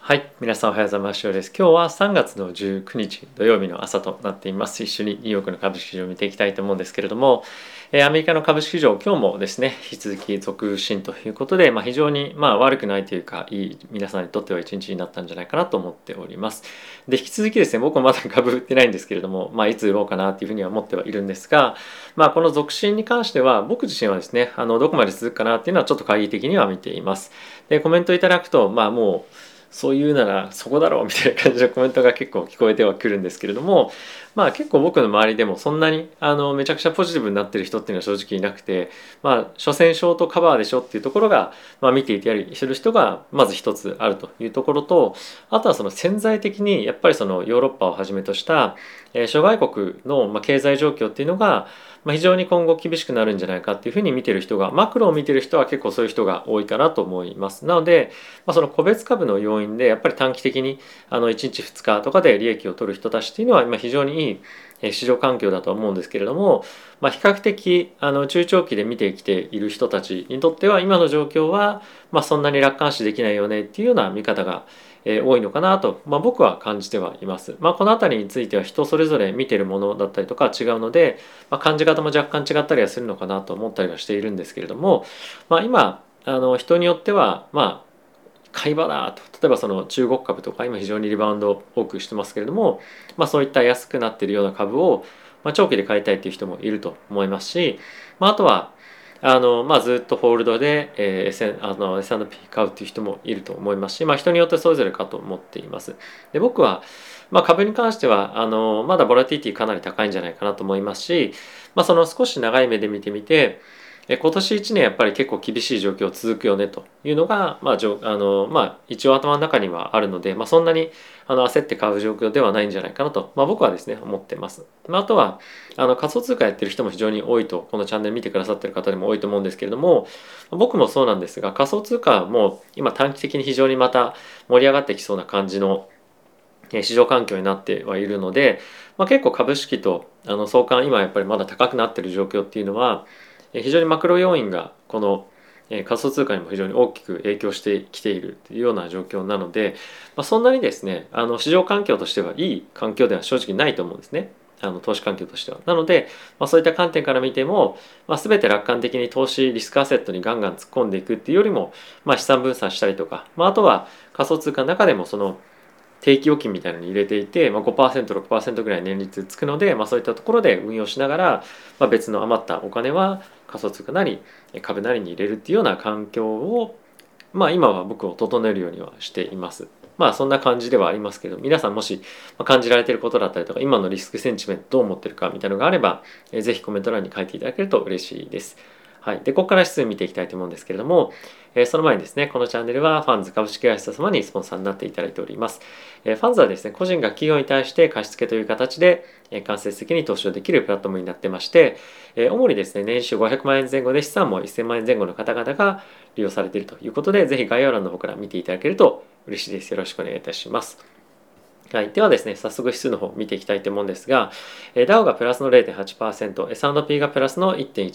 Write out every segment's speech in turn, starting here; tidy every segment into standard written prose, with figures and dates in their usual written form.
はい、皆さんおはようございます。しおです。今日は3月の19日土曜日の朝となっています。一緒にニューヨークの株式市場を見ていきたいと思うんですけれども、アメリカの株式市場、今日もですね、引き続き続伸ということで、非常に悪くないというか、皆さんにとっては一日になったんじゃないかなと思っております。で、引き続きですね、僕はまだ株売ってないんですけれども、いつ売ろうかなというふうには思ってはいるんですが、この続伸に関しては、僕自身はですね、どこまで続くかなっていうのはちょっと懐疑的には見ています。で、コメントいただくと、もう、そういうならそこだろうみたいな感じのコメントが結構聞こえてはくるんですけれども、結構僕の周りでもそんなにめちゃくちゃポジティブになってる人っていうのは正直いなくて、所詮ショートカバーでしょっていうところが、見ていたりする人がまず一つあるというところと、あとはその潜在的にやっぱりそのヨーロッパをはじめとした諸外国の経済状況っていうのが非常に今後厳しくなるんじゃないかっていうふうに見てる人が、マクロを見てる人は結構そういう人が多いかなと思います。なので、その個別株の要因でやっぱり短期的に1日2日とかで利益を取る人たちっていうのは今非常にいい市場環境だと思うんですけれども、比較的中長期で見てきている人たちにとっては今の状況はそんなに楽観視できないよねっていうような見方が多いのかなと、僕は感じてはいます。この辺りについては人それぞれ見てるものだったりとか違うので、感じ方も若干違ったりはするのかなと思ったりはしているんですけれども、今人によっては買い場だと、例えばその中国株とか今非常にリバウンド多くしてますけれども、そういった安くなっているような株を長期で買いたいという人もいると思いますし、あとはずっとホールドで、S&P 買うっていう人もいると思いますし、人によってそれぞれかと思っています。で、僕は、株に関してはまだボラティティかなり高いんじゃないかなと思いますし、その少し長い目で見てみて、今年1年やっぱり結構厳しい状況続くよねというのが、一応頭の中にはあるので、そんなに焦って買う状況ではないんじゃないかなと、僕はですね思ってます。あとは仮想通貨やってる人も非常に多いと、このチャンネル見てくださってる方でも多いと思うんですけれども、僕もそうなんですが、仮想通貨も今短期的に非常にまた盛り上がってきそうな感じの市場環境になってはいるので、結構株式と相関今やっぱりまだ高くなっている状況っていうのは非常にマクロ要因がこの仮想通貨にも非常に大きく影響してきているというような状況なので、そんなにですね市場環境としてはいい環境では正直ないと思うんですね。投資環境としては。なので、そういった観点から見ても、全て楽観的に投資リスクアセットにガンガン突っ込んでいくっていうよりも、資産分散したりとか、あとは仮想通貨の中でもその定期預金みたいなのに入れていて、5%、6%ぐらい年率つくので、そういったところで運用しながら、別の余ったお金は仮想通貨なり株なりに入れるっていうような環境を、今は僕を整えるようにはしています。そんな感じではありますけど、皆さんもし感じられていることだったりとか、今のリスクセンチメントどう思ってるかみたいなのがあれば、ぜひコメント欄に書いていただけると嬉しいです。はい、でここから指数見ていきたいと思うんですけれども、その前にですね、このチャンネルはファンズ株式会社様にスポンサーになっていただいております。ファンズはですね、個人が企業に対して貸付という形で間接的に投資をできるプラットフォームになってまして、主にですね、年収500万円前後で資産も1000万円前後の方々が利用されているということで、ぜひ概要欄の方から見ていただけると嬉しいです。よろしくお願いいたします。はい、ではですね、早速指数の方見ていきたいと思うんですが、ダウがプラスの 0.8%、S&P がプラスの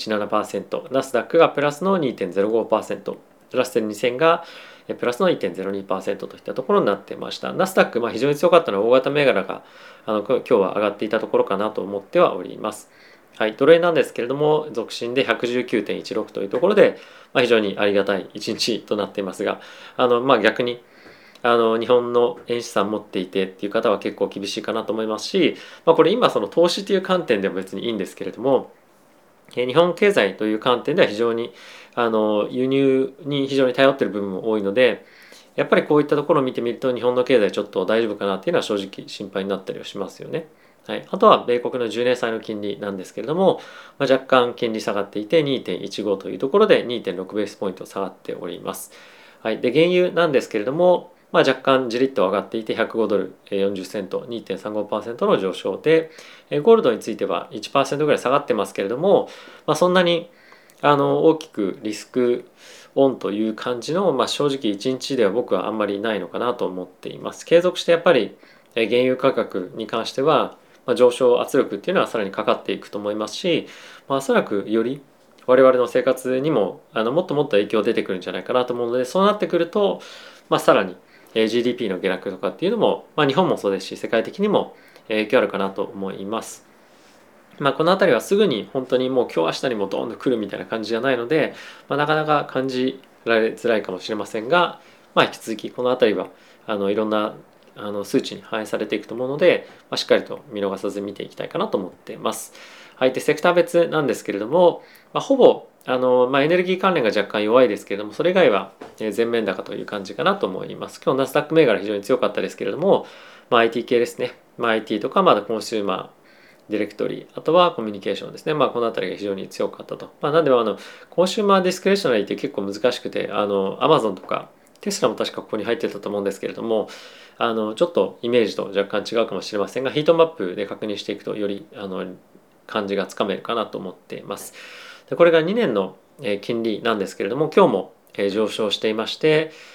1.17%、ナスダックがプラスの 2.05%、ラッセル2000がプラスの 1.02% といったところになってました。ナスダック、非常に強かったのは大型銘柄が今日は上がっていたところかなと思ってはおります。はい、ドル円なんですけれども、続伸で119.16というところで、非常にありがたい一日となっていますが、逆に日本の円資産持っていてっていう方は結構厳しいかなと思いますし、これ今その投資という観点でも別にいいんですけれども、日本経済という観点では非常に輸入に非常に頼っている部分も多いので、やっぱりこういったところを見てみると日本の経済ちょっと大丈夫かなっていうのは正直心配になったりはしますよね。はい、あとは米国の10年債の金利なんですけれども、若干金利下がっていて 2.15 というところで 2.6 ベースポイント下がっております。はい、で原油なんですけれども、若干じりっと上がっていて105ドル40セント 2.35% の上昇で、ゴールドについては 1% ぐらい下がってますけれども、そんなに大きくリスクオンという感じの、正直1日では僕はあんまりないのかなと思っています。継続してやっぱり原油価格に関しては、上昇圧力っていうのはさらにかかっていくと思いますし、おそらくより我々の生活にももっともっと影響出てくるんじゃないかなと思うので、そうなってくると、さらに GDP の下落とかっていうのも、日本もそうですし世界的にも影響あるかなと思います。この辺りはすぐに本当にもう今日明日にもドーンと来るみたいな感じじゃないので、なかなか感じられづらいかもしれませんが、引き続きこの辺りはいろんな数値に反映されていくと思うので、しっかりと見逃さず見ていきたいかなと思っています。はい、でセクター別なんですけれども、ほぼエネルギー関連が若干弱いですけれども、それ以外は全面高という感じかなと思います。今日ナスダック銘柄非常に強かったですけれども、IT 系ですね、IT とかまだコンシューマーディレクトリ、あとはコミュニケーションですね。この辺りが非常に強かったと。なんでコンシューマーディスクレーショナリーって結構難しくて、アマゾンとかテスラも確かここに入ってたと思うんですけれども、ちょっとイメージと若干違うかもしれませんが、ヒートマップで確認していくとより感じがつかめるかなと思っています。でこれが2年の金利なんですけれども、今日も上昇していまして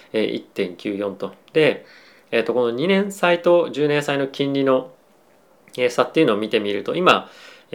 、1.94 と。で、この2年債と10年債の金利の差っていうのを見てみると今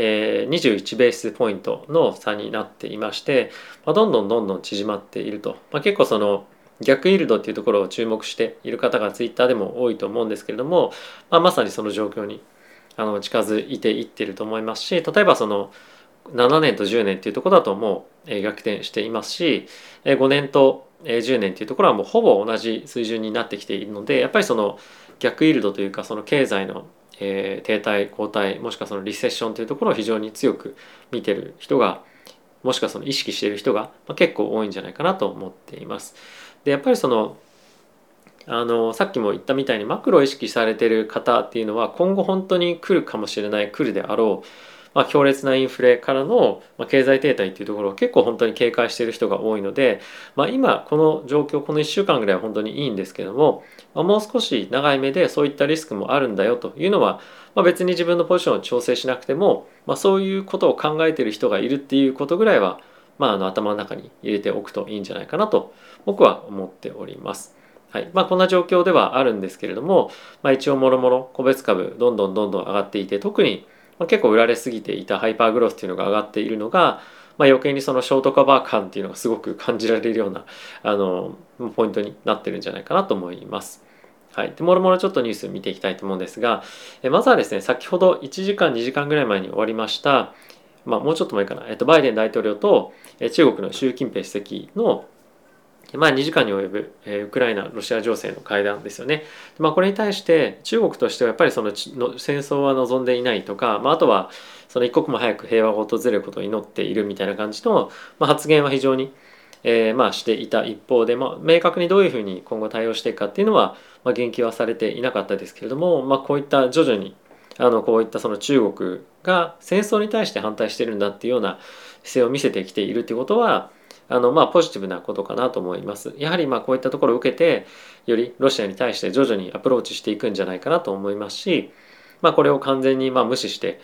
21ベースポイントの差になっていまして、どんどん縮まっていると、結構その逆イールドっていうところを注目している方がツイッターでも多いと思うんですけれども、まさにその状況に近づいていっていると思いますし、例えばその7年と10年っていうところだともう逆転していますし、5年と10年っていうところはもうほぼ同じ水準になってきているので、やっぱりその逆イールドというかその経済の停滞後退もしくはそのリセッションというところを非常に強く見てる人がもしくはその意識している人が結構多いんじゃないかなと思っています。でやっぱりそのさっきも言ったみたいにマクロを意識されている方っていうのは今後本当に来るかもしれない来るであろう、強烈なインフレからの経済停滞っていうところを結構本当に警戒している人が多いので、今この状況この1週間ぐらいは本当にいいんですけども、もう少し長い目でそういったリスクもあるんだよというのは、別に自分のポジションを調整しなくても、そういうことを考えている人がいるっていうことぐらいは、頭の中に入れておくといいんじゃないかなと僕は思っております。はい、こんな状況ではあるんですけれども、一応もろもろ個別株どんどん上がっていて、特に結構売られすぎていたハイパーグロスっていうのが上がっているのが、余計にそのショートカバー感っていうのがすごく感じられるようなポイントになってるんじゃないかなと思います。はい、でもろもろちょっとニュース見ていきたいと思うんですが、まずはですね、先ほど1時間2時間ぐらい前に終わりました、もうちょっと前かな、バイデン大統領と中国の習近平主席の2時間に及ぶウクライナ・ロシア情勢の会談ですよね。これに対して中国としてはやっぱりその戦争は望んでいないとか、あとはその一刻も早く平和が訪れることを祈っているみたいな感じの、発言は非常にしていた一方で、明確にどういうふうに今後対応していくかっていうのは、言及はされていなかったですけれども、こういった徐々にこういったその中国が戦争に対して反対してるんだっていうような姿勢を見せてきているっていうことはポジティブなことかなと思います。やはりこういったところを受けてよりロシアに対して徐々にアプローチしていくんじゃないかなと思いますし、これを完全に無視して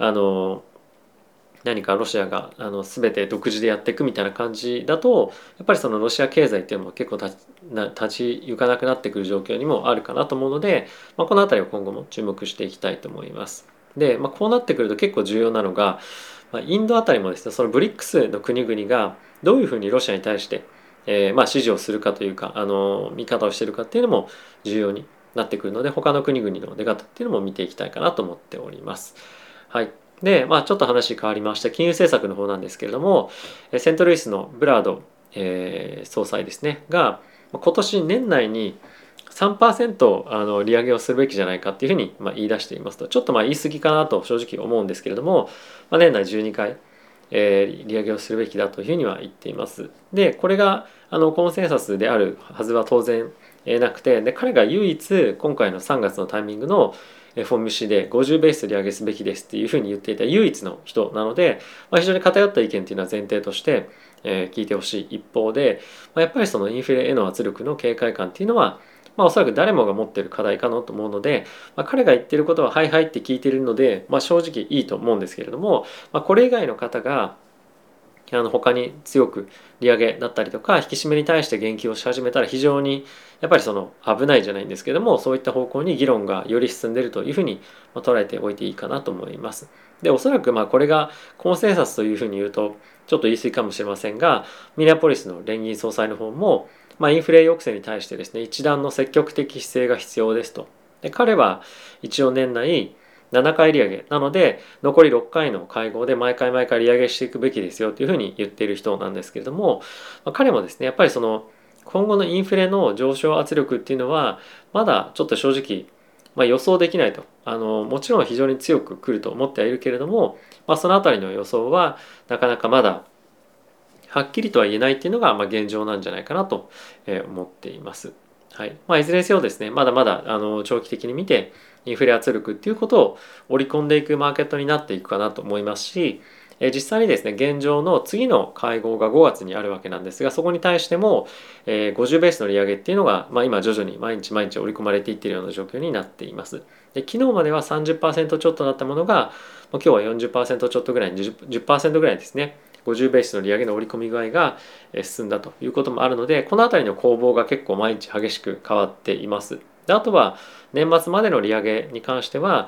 何かロシアが全て独自でやっていくみたいな感じだとやっぱりそのロシア経済っていうのも結構立ち行かなくなってくる状況にもあるかなと思うので、この辺りを今後も注目していきたいと思います。で、こうなってくると結構重要なのがインドあたりもですね、そのブリックスの国々がどういうふうにロシアに対して、支持をするかというか見方をしているかっていうのも重要になってくるので、他の国々の出方っていうのも見ていきたいかなと思っております。はい。で、ちょっと話変わりまして金融政策の方なんですけれども、セントルイスのブラード、総裁ですねが今年年内に3%利上げをするべきじゃないかっていうふうに言い出していますと、ちょっと言い過ぎかなと正直思うんですけれども、年内12回利上げをするべきだというふうには言っています。でこれがコンセンサスであるはずは当然なくて、で彼が唯一今回の3月のタイミングの FOMC で50ベース利上げすべきですっていうふうに言っていた唯一の人なので、非常に偏った意見っていうのは前提として聞いてほしい一方で、やっぱりそのインフレへの圧力の警戒感っていうのはおそらく誰もが持っている課題かなと思うので、彼が言ってることははいはいって聞いているので、正直いいと思うんですけれども、これ以外の方が他に強く利上げだったりとか引き締めに対して言及をし始めたら非常にやっぱりその危ないじゃないんですけども、そういった方向に議論がより進んでいるというふうに捉えておいていいかなと思います。でおそらくこれがコンセンサスというふうに言うとちょっと言い過ぎかもしれませんが、ミネアポリスの連銀総裁の方もインフレ抑制に対してですね一段の積極的姿勢が必要ですと。で彼は一応年内7回利上げなので残り6回の会合で毎回毎回利上げしていくべきですよというふうに言っている人なんですけれども、彼もですねやっぱりその今後のインフレの上昇圧力っていうのはまだちょっと正直、予想できないと。もちろん非常に強く来ると思ってはいるけれども、そのあたりの予想はなかなかまだはっきりとは言えないっていうのが現状なんじゃないかなと思っています。はい。いずれにせよですね、まだまだ長期的に見てインフレ圧力っていうことを織り込んでいくマーケットになっていくかなと思いますし、実際にですね現状の次の会合が5月にあるわけなんですが、そこに対しても50ベースの利上げっていうのが、今徐々に毎日毎日織り込まれていっているような状況になっています。で昨日までは 30% ちょっとだったものが今日は 40% ちょっとぐらいに 10% ぐらいですね50ベースの利上げの織り込み具合が進んだということもあるので、この辺りの攻防が結構毎日激しく変わっています。であとは年末までの利上げに関しては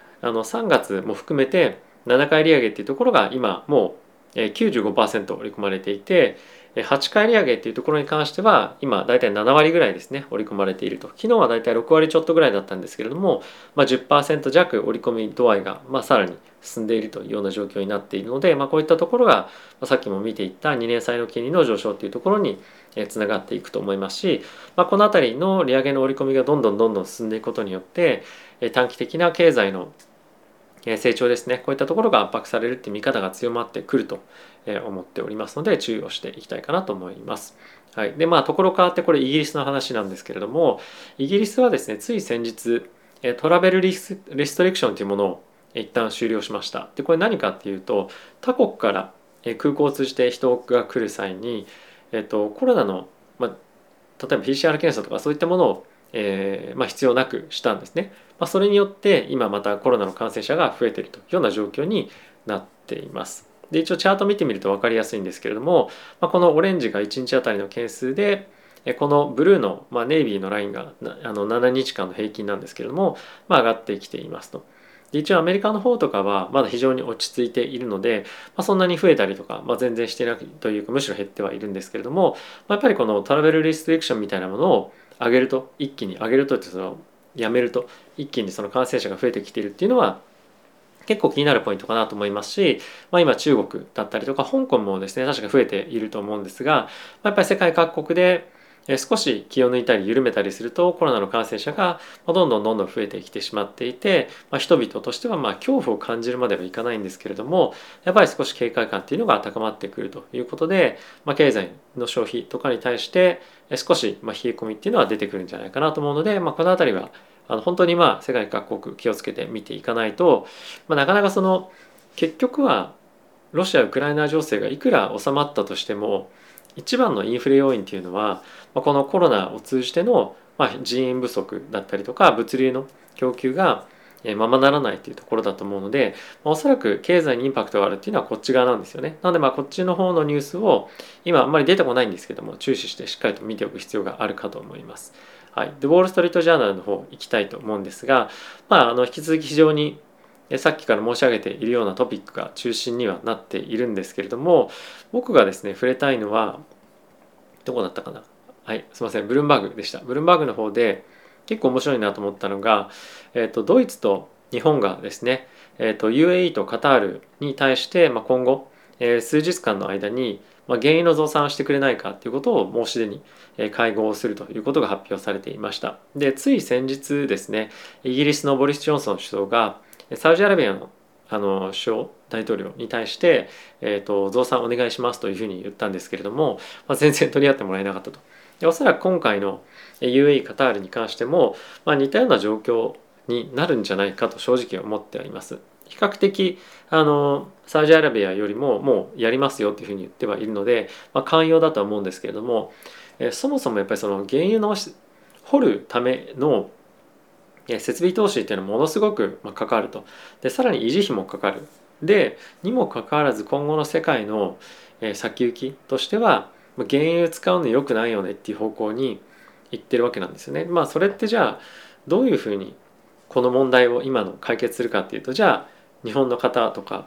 3月も含めて7回利上げっていうところが今もう 95% 織り込まれていて、8回利上げっていうところに関しては今だいたい7割ぐらいですね織り込まれていると。昨日はだいたい6割ちょっとぐらいだったんですけれども、10% 弱織り込み度合いがさらに進んでいるというような状況になっているので、こういったところがさっきも見ていった2年債の金利の上昇というところにつながっていくと思いますし、この辺りの利上げの織り込みがどんどん進んでいくことによって短期的な経済の成長ですね、こういったところが圧迫されるっていう見方が強まってくると思っておりますので、注意をしていきたいかなと思います。はい、でところ変わってこれイギリスの話なんですけれども、イギリスはですねつい先日トラベルリストリクションというものを一旦終了しました。でこれ何かっていうと、他国から空港を通じて人が来る際に、コロナの、例えば PCR 検査とかそういったものを必要なくしたんですね。それによって今またコロナの感染者が増えているというような状況になっています。で一応チャート見てみると分かりやすいんですけれども、このオレンジが1日あたりの件数でこのブルーの、ネイビーのラインが7日間の平均なんですけれども、上がってきていますと。で一応アメリカの方とかはまだ非常に落ち着いているので、そんなに増えたりとか、全然していないというかむしろ減ってはいるんですけれども、やっぱりこのトラベルリストリクションみたいなものを上げると一気に上げるとってやめると一気にその感染者が増えてきているっていうのは結構気になるポイントかなと思いますし、今中国だったりとか香港もですね確か増えていると思うんですが、やっぱり世界各国で少し気を抜いたり緩めたりするとコロナの感染者がどんどん増えてきてしまっていて、人々としては恐怖を感じるまではいかないんですけれども、やっぱり少し警戒感っていうのが高まってくるということで、経済の消費とかに対して少し冷え込みっていうのは出てくるんじゃないかなと思うので、この辺りは本当に世界各国気をつけて見ていかないと、なかなか結局はロシア・ウクライナ情勢がいくら収まったとしても一番のインフレ要因っていうのは、このコロナを通じての人員不足だったりとか物流の供給がままならないというところだと思うので、おそらく経済にインパクトがあるっていうのはこっち側なんですよね。なのでこっちの方のニュースを今あんまり出てこないんですけども、注視してしっかりと見ておく必要があるかと思います。はい、でウォール・ストリート・ジャーナルの方行きたいと思うんですが、引き続き非常にさっきから申し上げているようなトピックが中心にはなっているんですけれども、僕がですね触れたいのはどこだったかな。はい、すいません、ブルームバーグでした。ブルームバーグの方で結構面白いなと思ったのが、ドイツと日本がですね、UAE とカタールに対して、今後、数日間の間に、原油の増産をしてくれないかということを申し出に会合をするということが発表されていました。でつい先日ですね、イギリスのボリス・ジョンソン首相がサウジアラビアの首相大統領に対して、増産お願いしますというふうに言ったんですけれども、全然取り合ってもらえなかったと。でおそらく今回の UAE カタールに関しても、似たような状況になるんじゃないかと正直思ってあります。比較的サウジアラビアよりももうやりますよというふうに言ってはいるので、寛容だとは思うんですけれども、そもそもやっぱりその原油の掘るための設備投資っていうのはものすごくかかると。でさらに維持費もかかる。でにもかかわらず今後の世界の先行きとしては原油使うの良くないよねっていう方向に行ってるわけなんですよね。それってじゃあどういうふうにこの問題を今の解決するかっていうと、じゃあ日本の方とか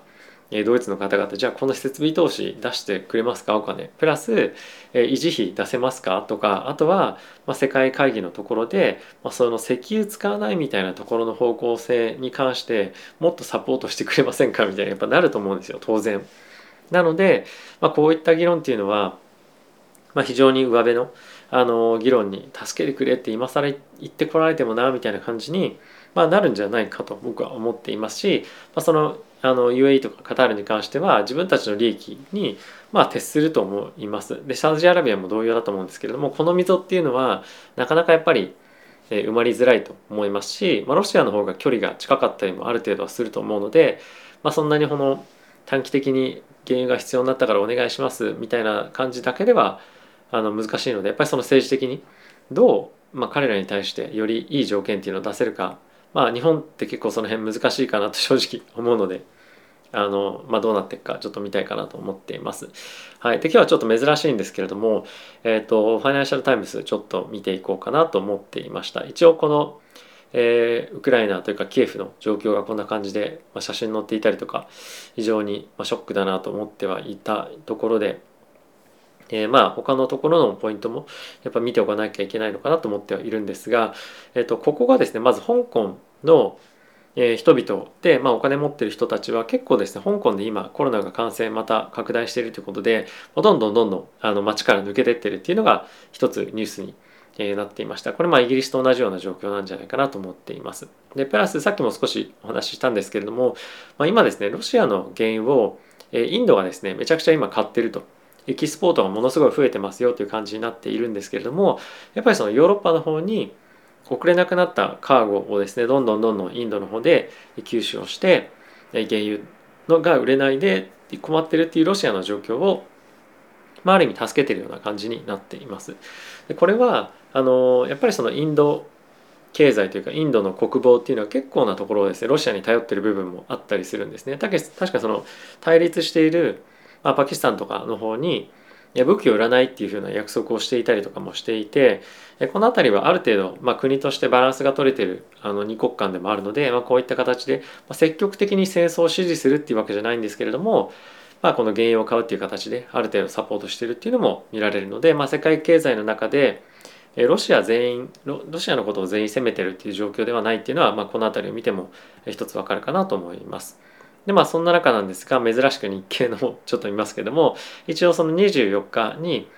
ドイツの方々じゃあこの設備投資出してくれますかお金プラス維持費出せますかとかあとは世界会議のところでその石油使わないみたいなところの方向性に関してもっとサポートしてくれませんかみたいなやっぱなると思うんですよ当然。なので、こういった議論っていうのは、非常に上辺の、議論に助けてくれって今更言ってこられてもなみたいな感じに、なるんじゃないかと僕は思っていますし、そのUAE とかカタールに関しては自分たちの利益に徹すると思います。でサウジアラビアも同様だと思うんですけれどもこの溝っていうのはなかなかやっぱり埋まりづらいと思いますし、ロシアの方が距離が近かったりもある程度はすると思うので、そんなにこの短期的に原油が必要になったからお願いしますみたいな感じだけでは難しいのでやっぱりその政治的にどう、彼らに対してよりいい条件っていうのを出せるか、日本って結構その辺難しいかなと正直思うのでどうなっていくかちょっと見たいかなと思っています。はい、で今日はちょっと珍しいんですけれども、ファイナンシャルタイムズちょっと見ていこうかなと思っていました。一応このウクライナというかキエフの状況がこんな感じで、写真載っていたりとか非常にショックだなと思ってはいたところで、他のところのポイントもやっぱ見ておかなきゃいけないのかなと思ってはいるんですが、ここがですねまず香港の人々で、お金持ってる人たちは結構ですね香港で今コロナが感染また拡大しているということでどんどん街から抜けてってるっていうのが一つニュースになっていました。これイギリスと同じような状況なんじゃないかなと思っています。でプラスさっきも少しお話ししたんですけれども、今ですねロシアの原油をインドがですねめちゃくちゃ今買ってるとエキスポートがものすごい増えてますよという感じになっているんですけれどもやっぱりそのヨーロッパの方に送れなくなったカーゴをですねどんどんインドの方で吸収をして原油のが売れないで困ってるっていうロシアの状況をある意味助けてるような感じになっています。でこれはやっぱりそのインド経済というかインドの国防っていうのは結構なところをですねロシアに頼ってる部分もあったりするんですね。確かその対立している、パキスタンとかの方に武器を売らないっていうふうな約束をしていたりとかもしていてこの辺りはある程度、国としてバランスが取れてる二国間でもあるので、こういった形で、積極的に戦争を支持するっていうわけじゃないんですけれども、この原油を買うっていう形である程度サポートしてるっていうのも見られるので、世界経済の中でロシアのことを全員責めてるっていう状況ではないっていうのは、この辺りを見ても一つわかるかなと思います。でそんな中なんですが珍しく日経の方ちょっと見ますけども一応その24日に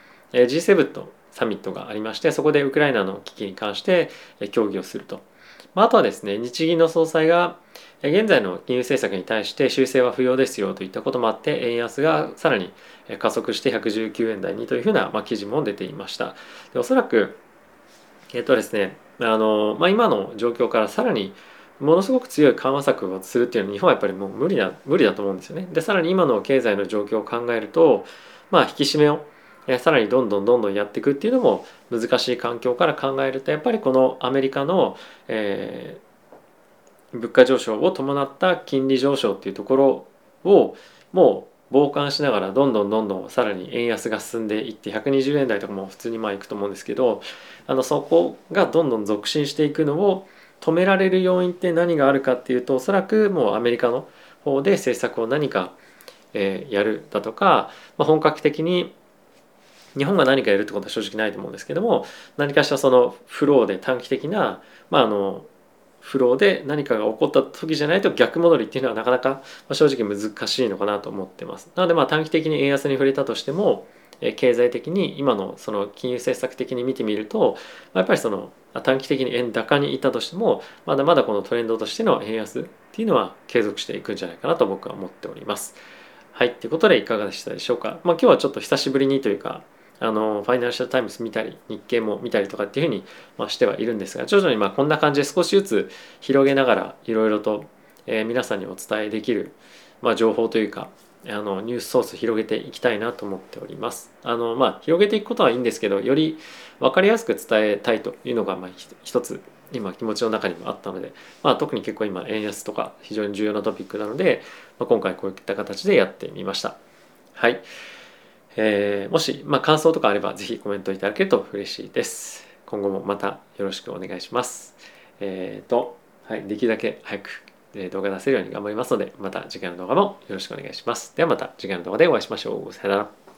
G7 とサミットがありましてそこでウクライナの危機に関して協議をすると、あとはですね日銀の総裁が現在の金融政策に対して修正は不要ですよといったこともあって円安がさらに加速して119円台にというふうな記事も出ていました。でおそらくですね今の状況からさらにものすごく強い緩和策をするっていうのは日本はやっぱりもう無理だと思うんですよね。でさらに今の経済の状況を考えると引き締めをさらにどんどんやっていくっていうのも難しい環境から考えるとやっぱりこのアメリカの、物価上昇を伴った金利上昇っていうところをもう傍観しながらどんどんさらに円安が進んでいって120円台とかも普通にいくと思うんですけどそこがどんどん続伸していくのを止められる要因って何があるかっていうとおそらくもうアメリカの方で政策を何かやるだとか、本格的に日本が何かやるってことは正直ないと思うんですけども何かしらそのフローで短期的な、フローで何かが起こった時じゃないと逆戻りっていうのはなかなか正直難しいのかなと思ってます。なので短期的に円安に触れたとしても経済的に今のその金融政策的に見てみるとやっぱりその短期的に円高にいたとしてもまだまだこのトレンドとしての円安っていうのは継続していくんじゃないかなと僕は思っております。はい、ということでいかがでしたでしょうか。今日はちょっと久しぶりにというかファイナンシャルタイムズ見たり日経も見たりとかっていうふうにしてはいるんですが徐々にこんな感じで少しずつ広げながらいろいろと皆さんにお伝えできる情報というかニュースソース広げていきたいなと思っております。広げていくことはいいんですけどより分かりやすく伝えたいというのが一つ今気持ちの中にもあったので、特に結構今円安とか非常に重要なトピックなので、今回こういった形でやってみました。はい、もし、感想とかあればぜひコメントいただけると嬉しいです。今後もまたよろしくお願いします。はい、できるだけ早く動画出せるように頑張りますので、また次回の動画もよろしくお願いします。ではまた次回の動画でお会いしましょう。さよなら。